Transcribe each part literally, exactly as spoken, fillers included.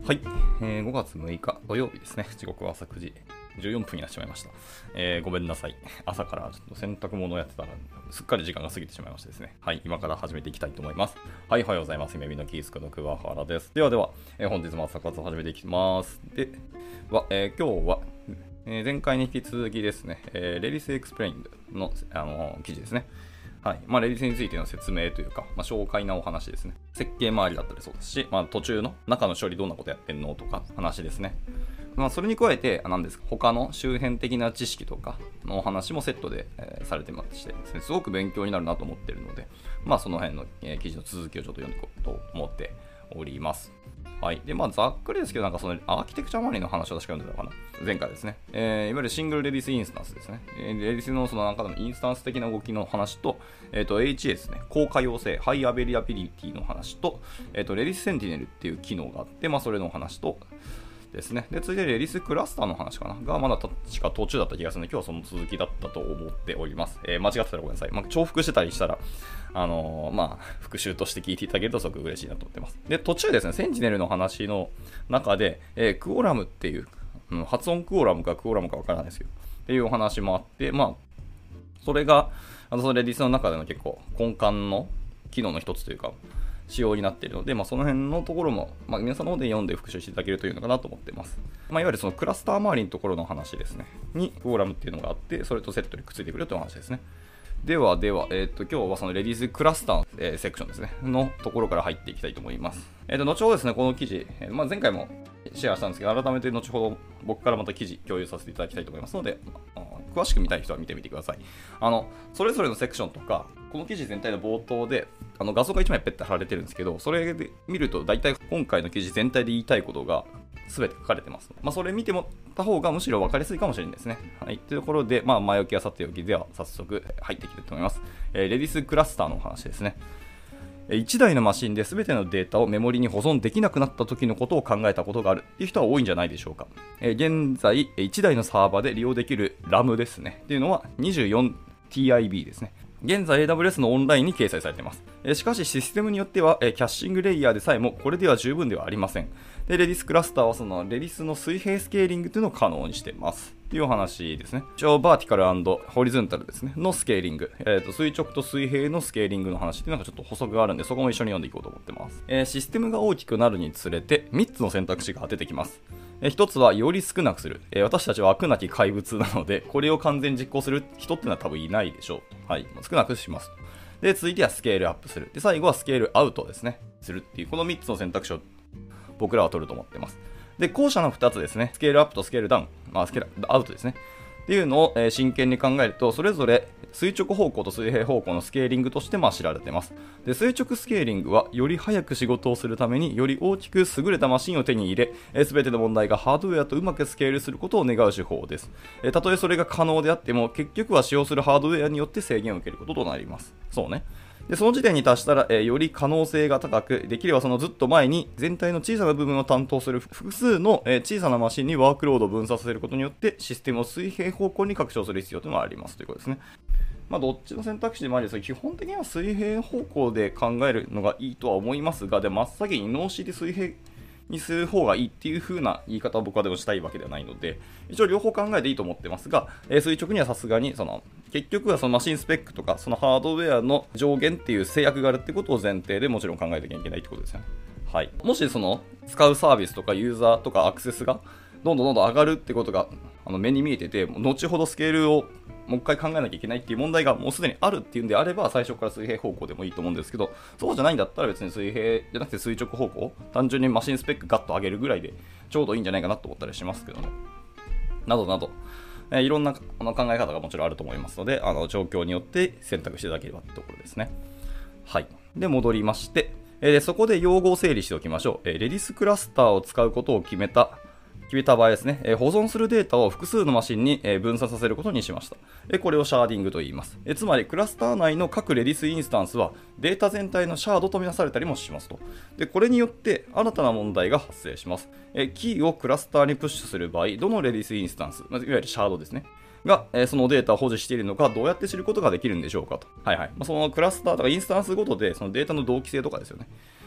はい、えー、ごがつむいか土曜日ですね。時刻は朝くじじゅうよんぷんになってしまいました。えー、ごめんなさい。朝からちょっと洗濯物をやってたら、すっかり時間が過ぎてしまいましてですね。はい、今から始めていきたいと思います。はい、おはようございます。夢見のキースこと桑原です。ではでは、えー、本日も朝活を始めていきます。では、えー、今日は、えー、前回に引き続きですね、えー、レディスエクスプレインの、あのー、記事ですね。はい。まあ、レディスについての説明というか、まあ、紹介なお話ですね。設計周りだったりそうですし、まあ、途中の中の処理どんなことやってんのとか話ですね。まあ、それに加えて、何ですか、他の周辺的な知識とかのお話もセットで、えー、されてましてですね、すごく勉強になるなと思っているので、まあ、その辺の、えー、記事の続きをちょっと読んでいこうと思っております。はい。で、まあ、ざっくりですけど、なんかそのアーキテクチャ周りの話を確か読んでたのかな。前回ですね。えー、いわゆるシングルレディスインスタンスですね。えー、レディスのその中でのインスタンス的な動きの話と、えっ、ー、と、エイチエー ですね。高可用性、ハイアベリアビリティの話と、えっ、ー、と、レディスセンティネルっていう機能があって、まあ、それの話と、ですね。で、続いてレディスクラスターの話かなが、まだ確か途中だった気がするので、今日はその続きだったと思っております。えー、間違ってたらごめんなさい。まあ、重複してたりしたら、あのー、まあ、復習として聞いていただけるとすごく嬉しいなと思ってます。で、途中ですね、センチネルの話の中で、えー、クオラムっていう、うん、発音クオラムかクオラムかわからないですけど、っていうお話もあって、まあ、それが、あのそのレディスの中での結構根幹の機能の一つというか、仕様になっているので、まあ、その辺のところも、まあ、皆さんの方で読んで復習していただけるといいのかなと思っています。まあ、いわゆるそのクラスター周りのところの話ですね。に、クオラムっていうのがあって、それとセットにくっついてくるという話ですね。ではでは、えっ、ー、と、今日はそのレディースクラスターの、えー、セクションですね、のところから入っていきたいと思います。えっ、ー、と、後ほどですね、この記事、えーまあ、前回もシェアしたんですけど、改めて後ほど僕からまた記事共有させていただきたいと思いますので、詳しく見たい人は見てみてください。あの、それぞれのセクションとか、この記事全体の冒頭で、あの画像がいちまいペッて貼られてるんですけど、それで見ると大体今回の記事全体で言いたいことが全て書かれてます。まあ、それ見てもらった方がむしろ分かりやすいかもしれないですね。はい。というところで、まあ、前置きはさておきでは早速入っていきたいと思います。えー、レディスクラスターのお話ですね。いちだいのマシンで全てのデータをメモリに保存できなくなった時のことを考えたことがあるという人は多いんじゃないでしょうか。えー、現在、いちだいのサーバーで利用できる ラム ですね。っていうのは にじゅうよんティーアイビー ですね。現在 エーダブリューエス のオンラインに掲載されています。えー、しかしシステムによっては、えー、キャッシングレイヤーでさえもこれでは十分ではありません。で、レディスクラスターはそのレディスの水平スケーリングというのを可能にしています。というお話ですね。一応バーティカル&ホリゾンタルですね。のスケーリング。えーと、垂直と水平のスケーリングの話っていうのがちょっと補足があるんで、そこも一緒に読んでいこうと思ってます。えー、システムが大きくなるにつれてみっつの選択肢が出てきます。えー、ひとつはより少なくする。えー、私たちは悪なき怪物なので、これを完全に実行する人っていうのは多分いないでしょう。はい。少なくします。で、続いてはスケールアップする。で、最後はスケールアウトですね。するっていう、このみっつの選択肢を僕らは取ると思ってます。で、後者のふたつですね。スケールアップとスケールダウン。まあ、スケールアウトですね。っていうのを、えー、真剣に考えると、それぞれ垂直方向と水平方向のスケーリングとしてまあ知られています。で、垂直スケーリングは、より早く仕事をするために、より大きく優れたマシンを手に入れ、えー、全ての問題がハードウェアとうまくスケールすることを願う手法です。えー、たとえそれが可能であっても、結局は使用するハードウェアによって制限を受けることとなります。そうね。で、その時点に達したら、えー、より可能性が高く、できればそのずっと前に全体の小さな部分を担当する複数の、えー、小さなマシンにワークロードを分散させることによってシステムを水平方向に拡張する必要というのがありますということですね。まあ、どっちの選択肢でもありですが、基本的には水平方向で考えるのがいいとは思いますが、で、真っ先に脳死で水平にする方がいいっていう風な言い方を僕はでもしたいわけではないので、一応両方考えていいと思ってますが、えー、垂直にはさすがにその結局はそのマシンスペックとかそのハードウェアの上限っていう制約があるってことを前提でもちろん考えなきゃいけないってことですよね。はい。もしその使うサービスとかユーザーとかアクセスがどんどんどんどん上がるってことがあの目に見えてて、後ほどスケールをもう一回考えなきゃいけないっていう問題がもうすでにあるっていうんであれば、最初から水平方向でもいいと思うんですけど、そうじゃないんだったら別に水平じゃなくて垂直方向、単純にマシンスペックガッと上げるぐらいでちょうどいいんじゃないかなと思ったりしますけどね。などなど、えー、いろんなあの考え方がもちろんあると思いますので、あの状況によって選択していただければってところですね。はい。で、戻りまして、えー、そこで用語を整理しておきましょう。えー、レディスクラスターを使うことを決めた決めた場合ですね、えー、保存するデータを複数のマシンに、えー、分散させることにしました。えー、これをシャーディングと言います。えー、つまりクラスター内の各レディスインスタンスはデータ全体のシャードとみなされたりもしますと。で、これによって新たな問題が発生します。えー、キーをクラスターにプッシュする場合、どのレディスインスタンス、まあ、いわゆるシャードですね、が、えー、そのデータを保持しているのか、どうやって知ることができるんでしょうかと。はいはい。まあ、そのクラスターとかインスタンスごとでそのデータの同期性とかですよね。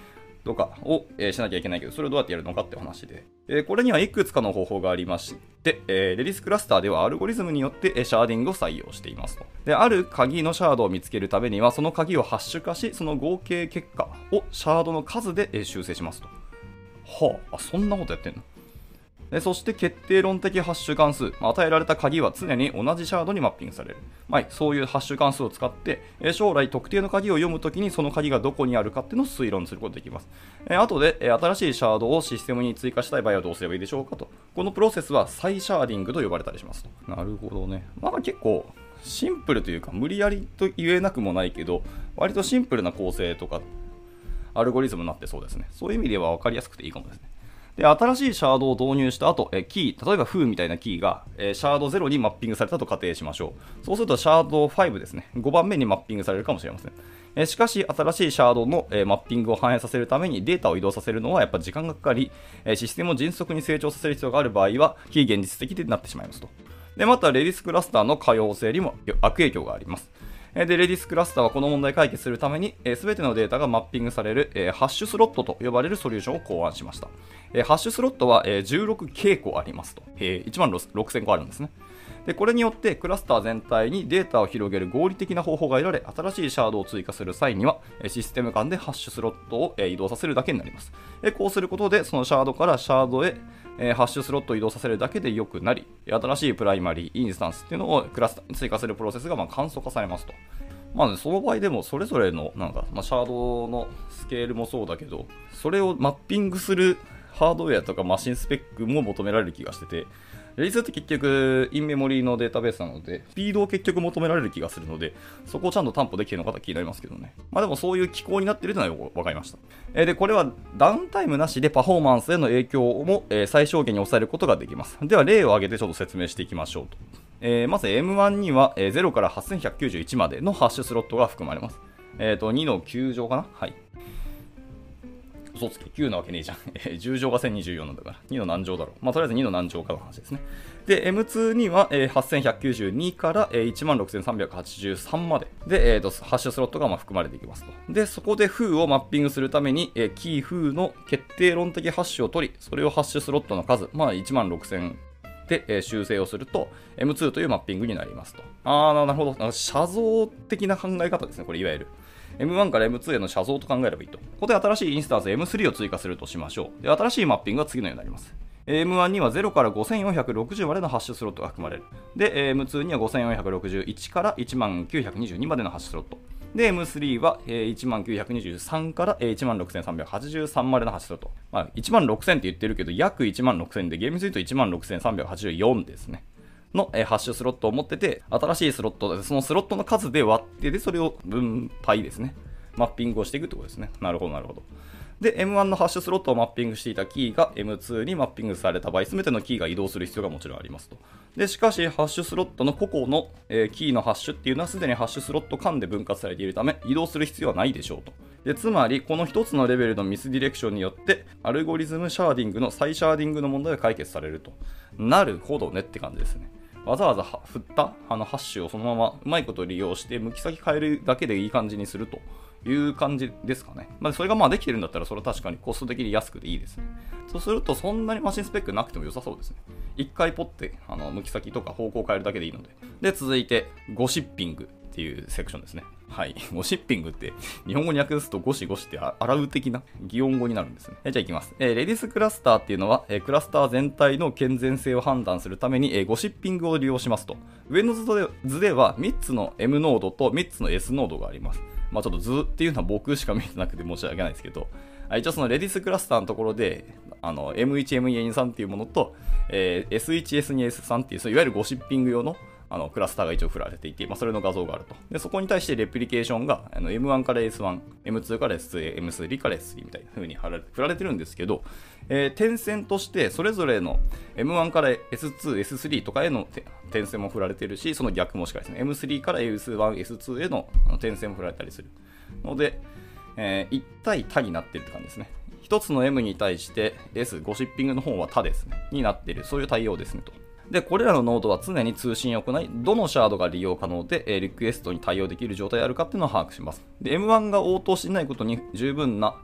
とかを、えー、しなきゃいけないけど、それをどうやってやるのかって話で、えー、これにはいくつかの方法がありまして、えー、レディスクラスターではアルゴリズムによって、えー、シャーディングを採用していますと。で、ある鍵のシャードを見つけるためには、その鍵をハッシュ化し、その合計結果をシャードの数で、えー、修正しますと。はあ、あ、そんなことやってんの？でそして決定論的ハッシュ関数、与えられた鍵は常に同じシャードにマッピングされる。はい、そういうハッシュ関数を使って、将来特定の鍵を読むときにその鍵がどこにあるかっていうのを推論することができます。後で新しいシャードをシステムに追加したい場合はどうすればいいでしょうかと。このプロセスは再シャーディングと呼ばれたりしますと。なるほどね。まあ結構シンプルというか無理やりと言えなくもないけど、割とシンプルな構成とかアルゴリズムになってそうですね。そういう意味では分かりやすくていいかもですね。で、新しいシャードを導入した後、えキー、例えばフーみたいなキーが、えシャードゼロにマッピングされたと仮定しましょう。そうするとシャードごですね、ごばんめにマッピングされるかもしれません。えしかし、新しいシャードの、えマッピングを反映させるためにデータを移動させるのはやっぱ時間がかかり、えシステムを迅速に成長させる必要がある場合は、非現実的になってしまいますと。で、また、レディスクラスターの可用性にも悪影響があります。で、レディスクラスターはこの問題を解決するために、すべてのデータがマッピングされる、えー、ハッシュスロットと呼ばれるソリューションを考案しました。えー、ハッシュスロットは、えー、じゅうろくけいこありますと、えー。いちまんろくせんこあるんですね。で、これによってクラスター全体にデータを広げる合理的な方法が得られ、新しいシャードを追加する際には、システム間でハッシュスロットを移動させるだけになります。こうすることで、そのシャードからシャードへハッシュスロットを移動させるだけで良くなり、新しいプライマリー、インスタンスっていうのをクラスターに追加するプロセスがまあ簡素化されますと。まあね、その場合でもそれぞれのなんか、まあ、シャードのスケールもそうだけど、それをマッピングするハードウェアとかマシンスペックも求められる気がしてて、レディスって結局インメモリーのデータベースなので、スピードを結局求められる気がするので、そこをちゃんと担保できているのかと気になりますけどね。まあでもそういう機構になっているというのはよくわかりました。えー、で、これはダウンタイムなしでパフォーマンスへの影響も、えー、最小限に抑えることができます。では例を挙げてちょっと説明していきましょうと。えー、まず エムワン には、えー、ゼロからはっせんひゃくきゅうじゅういちまでのハッシュスロットが含まれます。えっと、にのきゅう乗かな？はい。嘘つき、きゅうなわけねえじゃん。じゅう乗がせんにじゅうよんなんだから。にの何乗だろう。まあ、とりあえずにの何乗かの話ですね。で、エムツー には、えー、はっせんひゃくきゅうじゅうにから、えー、いちまんろくせんさんびゃくはちじゅうさんまで。で、えーと、ハッシュスロットがまあ含まれていきますと。で、そこでフーをマッピングするために、えー、キーフーの決定論的ハッシュを取り、それをハッシュスロットの数、まあいちまんろくせんで、えー、修正をすると エムツー というマッピングになりますと。あー、なるほど。なんか写像的な考え方ですね。これいわゆる。エムワン から エムツー への写像と考えればいいと。ここで新しいインスタンス エムスリー を追加するとしましょう。で、新しいマッピングは次のようになります。エムワン にはゼロからごせんよんひゃくろくじゅうまでのハッシュスロットが含まれる。で、エムツー にはごせんよんひゃくろくじゅういちからいちまんきゅうひゃくにじゅうにまでのハッシュスロット。で、エムスリー はいちまんきゅうひゃくにじゅうさんからいちまんろくせんさんびゃくはちじゅうさんまでのハッシュスロット。まあ、いちまんろくせんって言ってるけど、約いちまんろくせんで、厳密に言うといちまんろくせんさんびゃくはちじゅうよんですね。のハッシュスロットを持ってて、新しいスロットで、そのスロットの数で割って、で、それを分配ですね。マッピングをしていくってことですね。なるほど、なるほど。で、エムワン のハッシュスロットをマッピングしていたキーが エムツー にマッピングされた場合、すべてのキーが移動する必要がもちろんありますと。で、しかし、ハッシュスロットの個々の、えー、キーのハッシュっていうのはすでにハッシュスロット間で分割されているため、移動する必要はないでしょうと。で、つまり、この一つのレベルのミスディレクションによって、アルゴリズムシャーディングの再シャーディングの問題が解決されると。なるほどねって感じですね。わざわざ振ったあのハッシュをそのままうまいこと利用して、向き先変えるだけでいい感じにすると。いう感じですかね。まあ、それがまあできてるんだったら、それは確かにコスト的に安くていいですね。そうすると、そんなにマシンスペックなくても良さそうですね。一回ポッて、あの、向き先とか方向を変えるだけでいいので。で、続いて、ゴシッピングっていうセクションですね。はい。ゴシッピングって、日本語に訳すとゴシゴシって洗う的な擬音語になるんですね。えじゃあいきます。えー、レディスクラスターっていうのは、えー、クラスター全体の健全性を判断するために、えー、ゴシッピングを利用しますと。上の図で図ではみっつの エム ノードとみっつの エス ノードがあります。まあちょっと図っていうのは僕しか見えてなくて申し訳ないですけど、一応そのレディスクラスターのところで、あの エムワン、エムツー、エムスリー っていうものと、えー、エスワン、エスツー、エススリー っていう、いわゆるゴシッピング用のあのクラスターが一応振られていて、まあ、それの画像があると。で、そこに対してレプリケーションがあの エムワン から エスワン、エムツー から エスツー、エムスリー から エススリー みたいな風に振られてるんですけど、えー、点線としてそれぞれの エムワン から エスツー、エススリー とかへの点線も振られてるし、その逆もしかりですね。エムスリー から エスワン、エスツー への点線も振られたりするので、えー、一対他になってるって感じですね。一つの M に対して S、ゴシッピングの方は他ですね。になっている。そういう対応ですねと。で、これらのノードは常に通信を行い、どのシャードが利用可能で、えー、リクエストに対応できる状態であるかっていうのを把握します。で、エムワン が応答していないことに十分な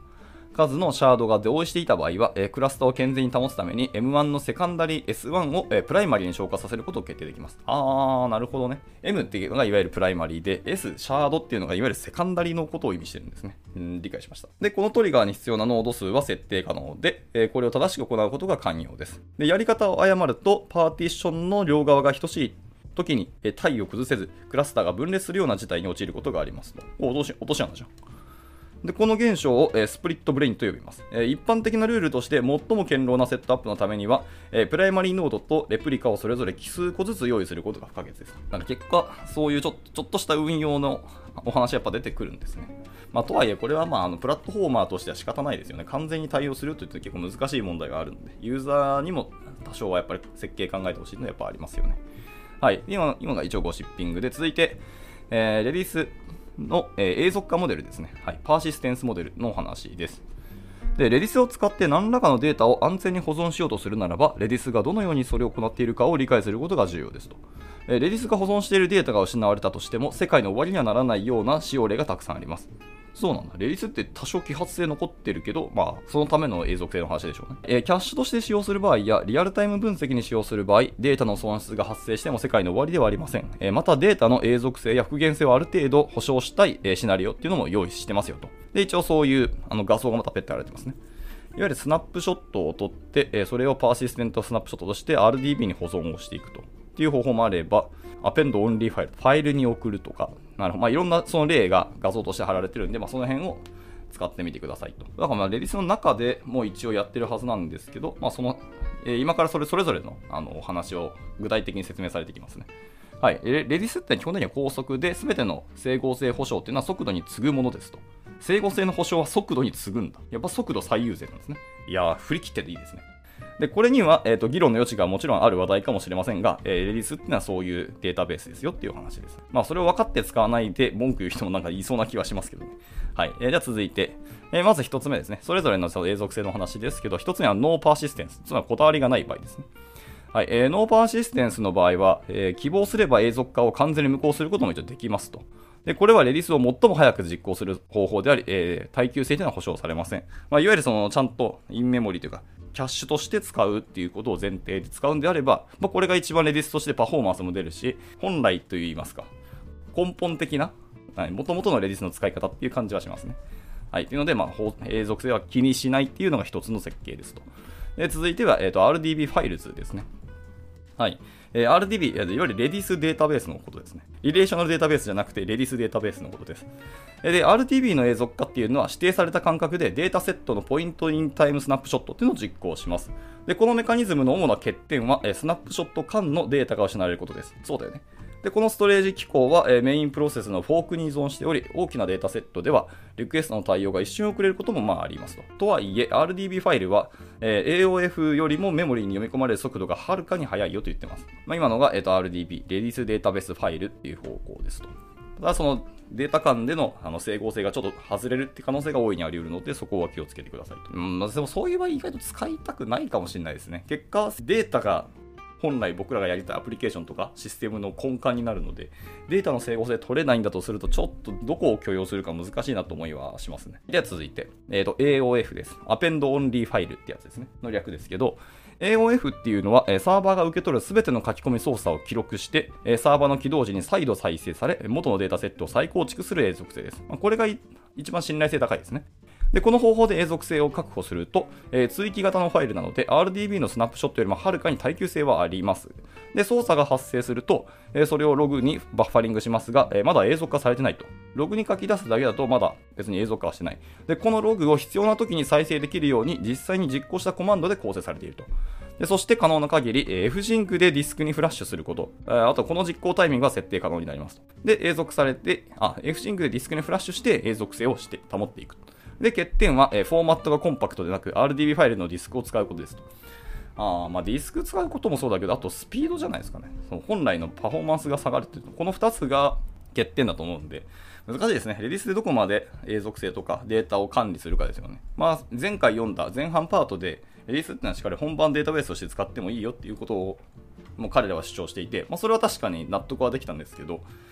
数のシャードが同意していた場合は、えー、クラスターを健全に保つために エムワン のセカンダリー エスワン を、えー、プライマリーに昇華させることを決定できます。あー、なるほどね。M っていうのがいわゆるプライマリーで、S、シャードっていうのがいわゆるセカンダリーのことを意味してるんですね。うん、理解しました。で、このトリガーに必要なノード数は設定可能で、えー、これを正しく行うことが肝要です。で、やり方を誤ると、パーティションの両側が等しい時に、えー、体を崩せず、クラスターが分裂するような事態に陥ることがありますと。お、落とし、落とし穴じゃん。でこの現象を、えー、スプリットブレインと呼びます、えー。一般的なルールとして最も堅牢なセットアップのためには、えー、プライマリーノードとレプリカをそれぞれ奇数個ずつ用意することが不可欠です。なので結果、そういうちょ、ちょっとした運用のお話やっぱ出てくるんですね。まあ、とはいえ、これは、まあ、あのプラットフォーマーとしては仕方ないですよね。完全に対応するというと結構難しい問題があるので、ユーザーにも多少はやっぱり設計考えてほしいのはやっぱありますよね。はい。今、今が一応ゴシッピングで、続いて、えー、レディースの、えー、永続化モデルですね、はい。パーシステンスモデルの話です。で、レディスを使って何らかのデータを安全に保存しようとするならば、レディスがどのようにそれを行っているかを理解することが重要ですと。えー、レディスが保存しているデータが失われたとしても、世界の終わりにはならないような使用例がたくさんあります。そうなんだ。レディスって多少揮発性残ってるけど、まあ、そのための永続性の話でしょうね。えー、キャッシュとして使用する場合や、リアルタイム分析に使用する場合、データの損失が発生しても世界の終わりではありません。えー、また、データの永続性や復元性をある程度保証したい、えー、シナリオっていうのも用意してますよと。で、一応そういうあの画像がまたペッて貼られてますね。いわゆるスナップショットを取って、えー、それをパーシステントスナップショットとして アールディービー に保存をしていくと。っていう方法もあれば、アペンドオンリーファイル、ファイルに送るとか、なるほど。まあ、いろんなその例が画像として貼られてるんで、まあ、その辺を使ってみてくださいと。だからまあレディスの中でもう一応やってるはずなんですけど、まあその、えー、今からそれそれぞれのあのお話を具体的に説明されていきますね。はい。レディスって基本的には高速で、全ての整合性保証っていうのは速度に次ぐものですと。整合性の保証は速度に次ぐんだ。やっぱ速度最優先なんですね。いやー、振り切ってていいですね。で、これには、えーと、議論の余地がもちろんある話題かもしれませんが、えー、レディスっていうのはそういうデータベースですよっていう話です。まあ、それを分かって使わないで文句言う人もなんか言いそうな気はしますけどね。はい。えー、じゃあ続いて、えー、まず一つ目ですね。それぞれの永続性の話ですけど、一つ目はノーパーシステンス。つまりこだわりがない場合ですね。はい。えー、ノーパーシステンスの場合は、えー、希望すれば永続化を完全に無効することも一応できますと。で、これはレディスを最も早く実行する方法であり、えー、耐久性というのは保証されません。まあ、いわゆるその、ちゃんとインメモリというか、キャッシュとして使うっていうことを前提で使うんであれば、まあ、これが一番レディスとしてパフォーマンスも出るし、本来といいますか、根本的な、元々のレディスの使い方っていう感じはしますね。はい。というので、まあ、永続性は気にしないっていうのが一つの設計ですと。で続いては、えーと、アールディービー ファイルズですね。はい。えー、アールディービー、いわゆるレディスデータベースのことですね。リレーショナルデータベースじゃなくて、レディスデータベースのことです。で、アールディービー の永続化っていうのは指定された間隔でデータセットのポイントインタイムスナップショットっていうのを実行します。で、このメカニズムの主な欠点は、スナップショット間のデータが失われることです。そうだよね。で、このストレージ機構はメインプロセスのフォークに依存しており、大きなデータセットではリクエストの対応が一瞬遅れることもまあありますと。とはいえ、アールディービー ファイルは、えー、エーオーエフ よりもメモリに読み込まれる速度がはるかに速いよと言ってます。まあ、今のが、えーと、アールディービー、レディスデータベースファイルっていう方向ですと。ただそのデータ間でのあの整合性がちょっと外れるって可能性が大いにあり得るので、そこは気をつけてくださいと。うん、まあ、でもそういう場合意外と使いたくないかもしれないですね。結果、データが本来僕らがやりたいアプリケーションとかシステムの根幹になるので、データの整合性取れないんだとすると、ちょっとどこを許容するか難しいなと思いはしますね。では続いて、えーと、エーオーエフ です。Append Only File ってやつですね。の略ですけど、エーオーエフ っていうのは、サーバーが受け取るすべての書き込み操作を記録して、サーバーの起動時に再度再生され、元のデータセットを再構築する永続性です。これが一番信頼性高いですね。で、この方法で永続性を確保すると、えー、追記型のファイルなので アールディービー のスナップショットよりもはるかに耐久性はあります。で、操作が発生すると、えー、それをログにバッファリングしますが、えー、まだ永続化されてないと。ログに書き出すだけだとまだ別に永続化はしてない。で、このログを必要な時に再生できるように実際に実行したコマンドで構成されていると。でそして可能な限り、えー、F シンクでディスクにフラッシュすること。あと、この実行タイミングは設定可能になりますと。で、永続されて、あ、F シンクでディスクにフラッシュして永続性をして保っていく。で、欠点は、えー、フォーマットがコンパクトでなく アールディービー ファイルのディスクを使うことですと。あまあ、ディスク使うこともそうだけど、あとスピードじゃないですかね。その本来のパフォーマンスが下がるっていう、このふたつが欠点だと思うんで、難しいですね。レディスでどこまで永続性とかデータを管理するかですよね。まあ、前回読んだ前半パートで、レディスってのはしっかり本番データベースとして使ってもいいよっていうことをもう彼らは主張していて、まあ、それは確かに納得はできたんですけど、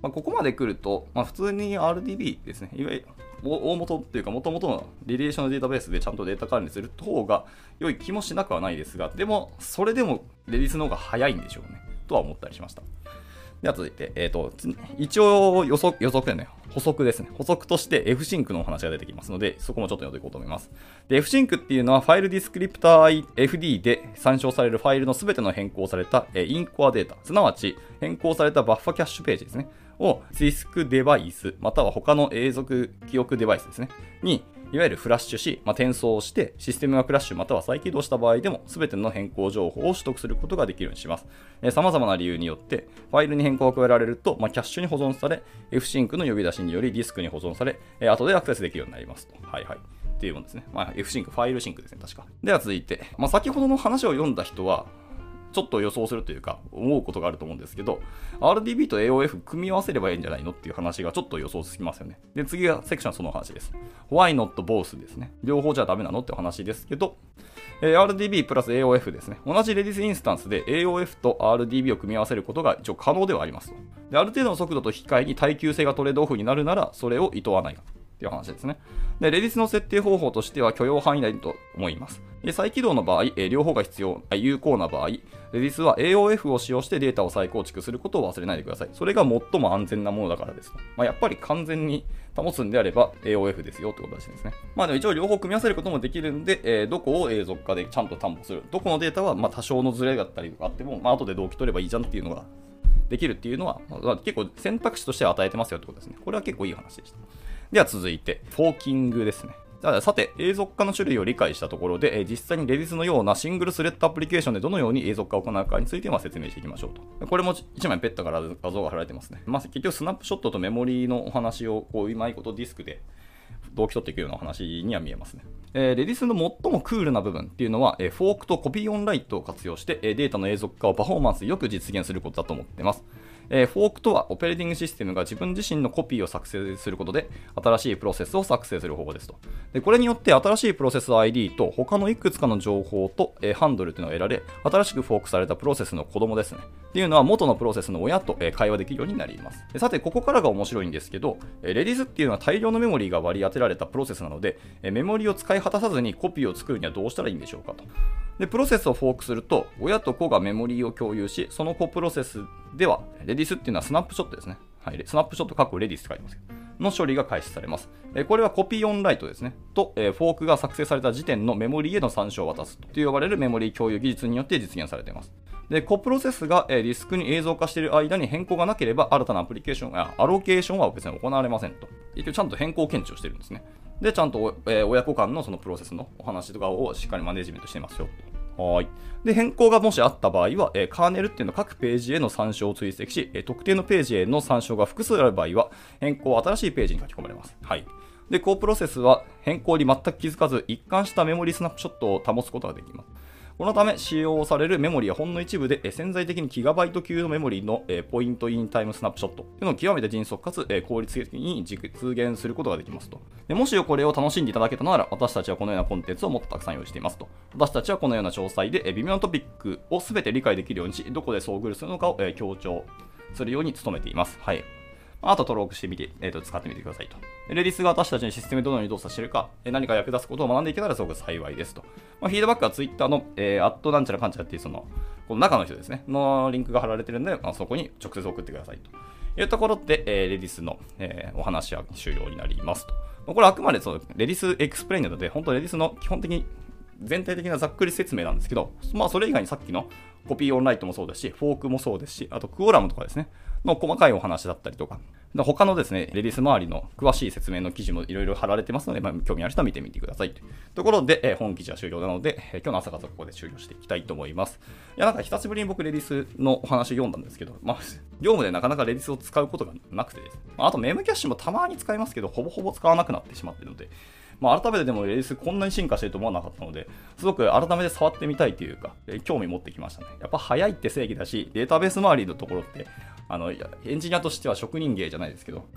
まあ、ここまで来ると、まあ、普通に アールディービー ですね、いわゆる大元っていうか、元々のリレーションデータベースでちゃんとデータ管理する方が良い気もしなくはないですが、でも、それでもレディースの方が早いんでしょうね、とは思ったりしました。では続いて、えーと、一応予測、予測でね、補足ですね。補足として エフシンク のお話が出てきますので、そこもちょっと読んでいこうと思います。で、エフシンク っていうのはファイルディスクリプター エフディー で参照されるファイルのすべての変更されたインコアデータ、すなわち変更されたバッファキャッシュページですね。をディスクデバイス、または他の永続記憶デバイスですね。に、いわゆるフラッシュし、まあ、転送して、システムがクラッシュまたは再起動した場合でも、すべての変更情報を取得することができるようにします。えー、様々な理由によって、ファイルに変更が加えられると、まあ、キャッシュに保存され、エフシンク の呼び出しによりディスクに保存され、えー、後でアクセスできるようになりますと。はいはい。っていうものですね。まあ、エフシンク、ファイルシンクですね、確か。では続いて、まあ、先ほどの話を読んだ人は、ちょっと予想するというか、思うことがあると思うんですけど、アールディービー と エーオーエフ 組み合わせればいいんじゃないのっていう話がちょっと予想つきますよね。で、次がセクションはその話です。Why not both ですね。両方じゃダメなのってお話ですけど、えー、アールディービー プラス エーオーエフ ですね。同じ Redis インスタンスで エーオーエフ と アールディービー を組み合わせることが一応可能ではありますと。で、ある程度の速度と引き換えに耐久性がトレードオフになるなら、それを厭わないか。っていう話ですね。で、Redis の設定方法としては許容範囲内と思います。で、再起動の場合、え両方が必要、有効な場合、Redis は エーオーエフ を使用してデータを再構築することを忘れないでください。それが最も安全なものだからですと。まあ、やっぱり完全に保つんであれば エーオーエフ ですよってことらしいですね。まあでも一応両方組み合わせることもできるんで、えー、どこを永続化でちゃんと担保する。どこのデータはまあ多少のズレだったりとかあっても、まあ後で同期取ればいいじゃんっていうのができるっていうのは、まあ、結構選択肢としては与えてますよってことですね。これは結構いい話でした。では続いて、フォーキングですね。さて、永続化の種類を理解したところで、実際に Redis のようなシングルスレッドアプリケーションでどのように永続化を行うかについて説明していきましょうと。これもいちまいペッタから画像が貼られてますね。まあ、結局スナップショットとメモリーのお話をこううまいことディスクで同期取っていくような話には見えますね。えー、Redis の最もクールな部分っていうのは、えー、フォークとコピーオンライトを活用して、えー、データの永続化をパフォーマンスよく実現することだと思っています。えー、フォークとはオペレーティングシステムが自分自身のコピーを作成することで新しいプロセスを作成する方法ですと。で、これによって新しいプロセス アイディー と他のいくつかの情報と、えー、ハンドルというのが得られ、新しくフォークされたプロセスの子供ですね。っていうのは元のプロセスの親と、えー、会話できるようになります。で、さて、ここからが面白いんですけど、えー、Redis っていうのは大量のメモリーが割り当てられたプロセスなので、えー、メモリーを使い果たさずにコピーを作るにはどうしたらいいんでしょうかと。で、プロセスをフォークすると、親と子がメモリーを共有し、その子プロセスでは、Redis っていうのはスナップショットですね。はい。スナップショット、Redis って書いてますけど。の処理が開始されます。これはコピーオンライトですね。と、フォークが作成された時点のメモリーへの参照を渡すと呼ばれるメモリー共有技術によって実現されています。で、コプロセスがディスクに映像化している間に変更がなければ、新たなアプリケーションやアロケーションは別に行われませんと。一応ちゃんと変更検知をしているんですね。で、ちゃんと、えー、親子間のそのプロセスのお話とかをしっかりマネジメントしていますよ。はい。で、変更がもしあった場合は、えー、カーネルっていうのは各ページへの参照を追跡し、えー、特定のページへの参照が複数ある場合は、変更は新しいページに書き込まれます。はい。で、コープロセスは変更に全く気づかず、一貫したメモリースナップショットを保つことができます。このため、使用されるメモリはほんの一部で、潜在的にギガバイト級のメモリのポイントインタイムスナップショットというのを極めて迅速かつ効率的に実現することができますと。でもしこれを楽しんでいただけたなら、私たちはこのようなコンテンツをもっとたくさん用意していますと。私たちはこのような詳細で微妙なトピックを全て理解できるようにし、どこで遭遇するのかを強調するように努めています。はい。あと登録してみて、えー、と使ってみてくださいと。Redis が私たちにシステムでどのように動作しているか、何か役立つことを学んでいけたらすごく幸いですと。まあ、フィードバックは Twitter の、えー、アットなんちゃらかんちゃらっていうその、この中の人ですね、のリンクが貼られてるんで、まあ、そこに直接送ってくださいというところで、えー、Redis の、えー、お話は終了になりますと。これはあくまでその Redis Explain なので、本当 Redis の基本的に全体的なざっくり説明なんですけど、まあそれ以外にさっきのコピーオンライトもそうですし、フォークもそうですし、あとクオラムとかですね、の細かいお話だったりとか、他のですね、Redis周りの詳しい説明の記事もいろいろ貼られてますので、まあ、興味ある人は見てみてくださいというところで、えー、本記事は終了なので、えー、今日の朝方ここで終了していきたいと思います。いや、なんか久しぶりに僕 Redis のお話を読んだんですけど、まあ、業務でなかなか Redis を使うことがなくてですね、まあ、あとメムキャッシュもたまに使いますけど、ほぼほぼ使わなくなってしまっているので、まあ、改めてでも Redis こんなに進化してると思わなかったので、すごく改めて触ってみたいというか、えー、興味持ってきましたね。やっぱ早いって正義だし、データベース周りのところって、あのエンジニアとしては職人芸じゃないですけど、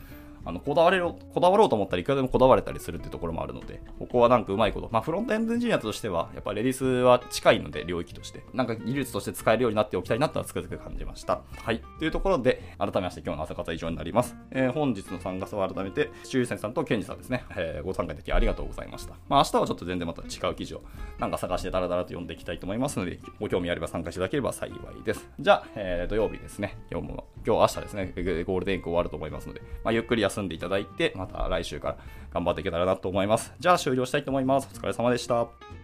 あのこだわれろこだわろうと思ったらいくらでもこだわれたりするってところもあるので、ここはなんかうまいこと、まあフロントエンドエンジニアとしてはやっぱりレディースは近いので、領域としてなんか技術として使えるようになっておきたいなとはつくづく感じました。はい、というところで改めまして今日の朝活は以上になります。えー、本日の参加者は改めてシュウセンさんとケンジさんですね、えー、ご参加いただきありがとうございました。まあ明日はちょっと全然また違う記事をなんか探してダラダラと読んでいきたいと思いますので、ご興味あれば参加していただければ幸いです。じゃあ、えー、土曜日ですね、今日も今日明日ですね、ゴールデンウィーク終わると思いますので、まあ、ゆっくり休んでいただいて、また来週から頑張っていけたらなと思います。じゃあ終了したいと思います。お疲れ様でした。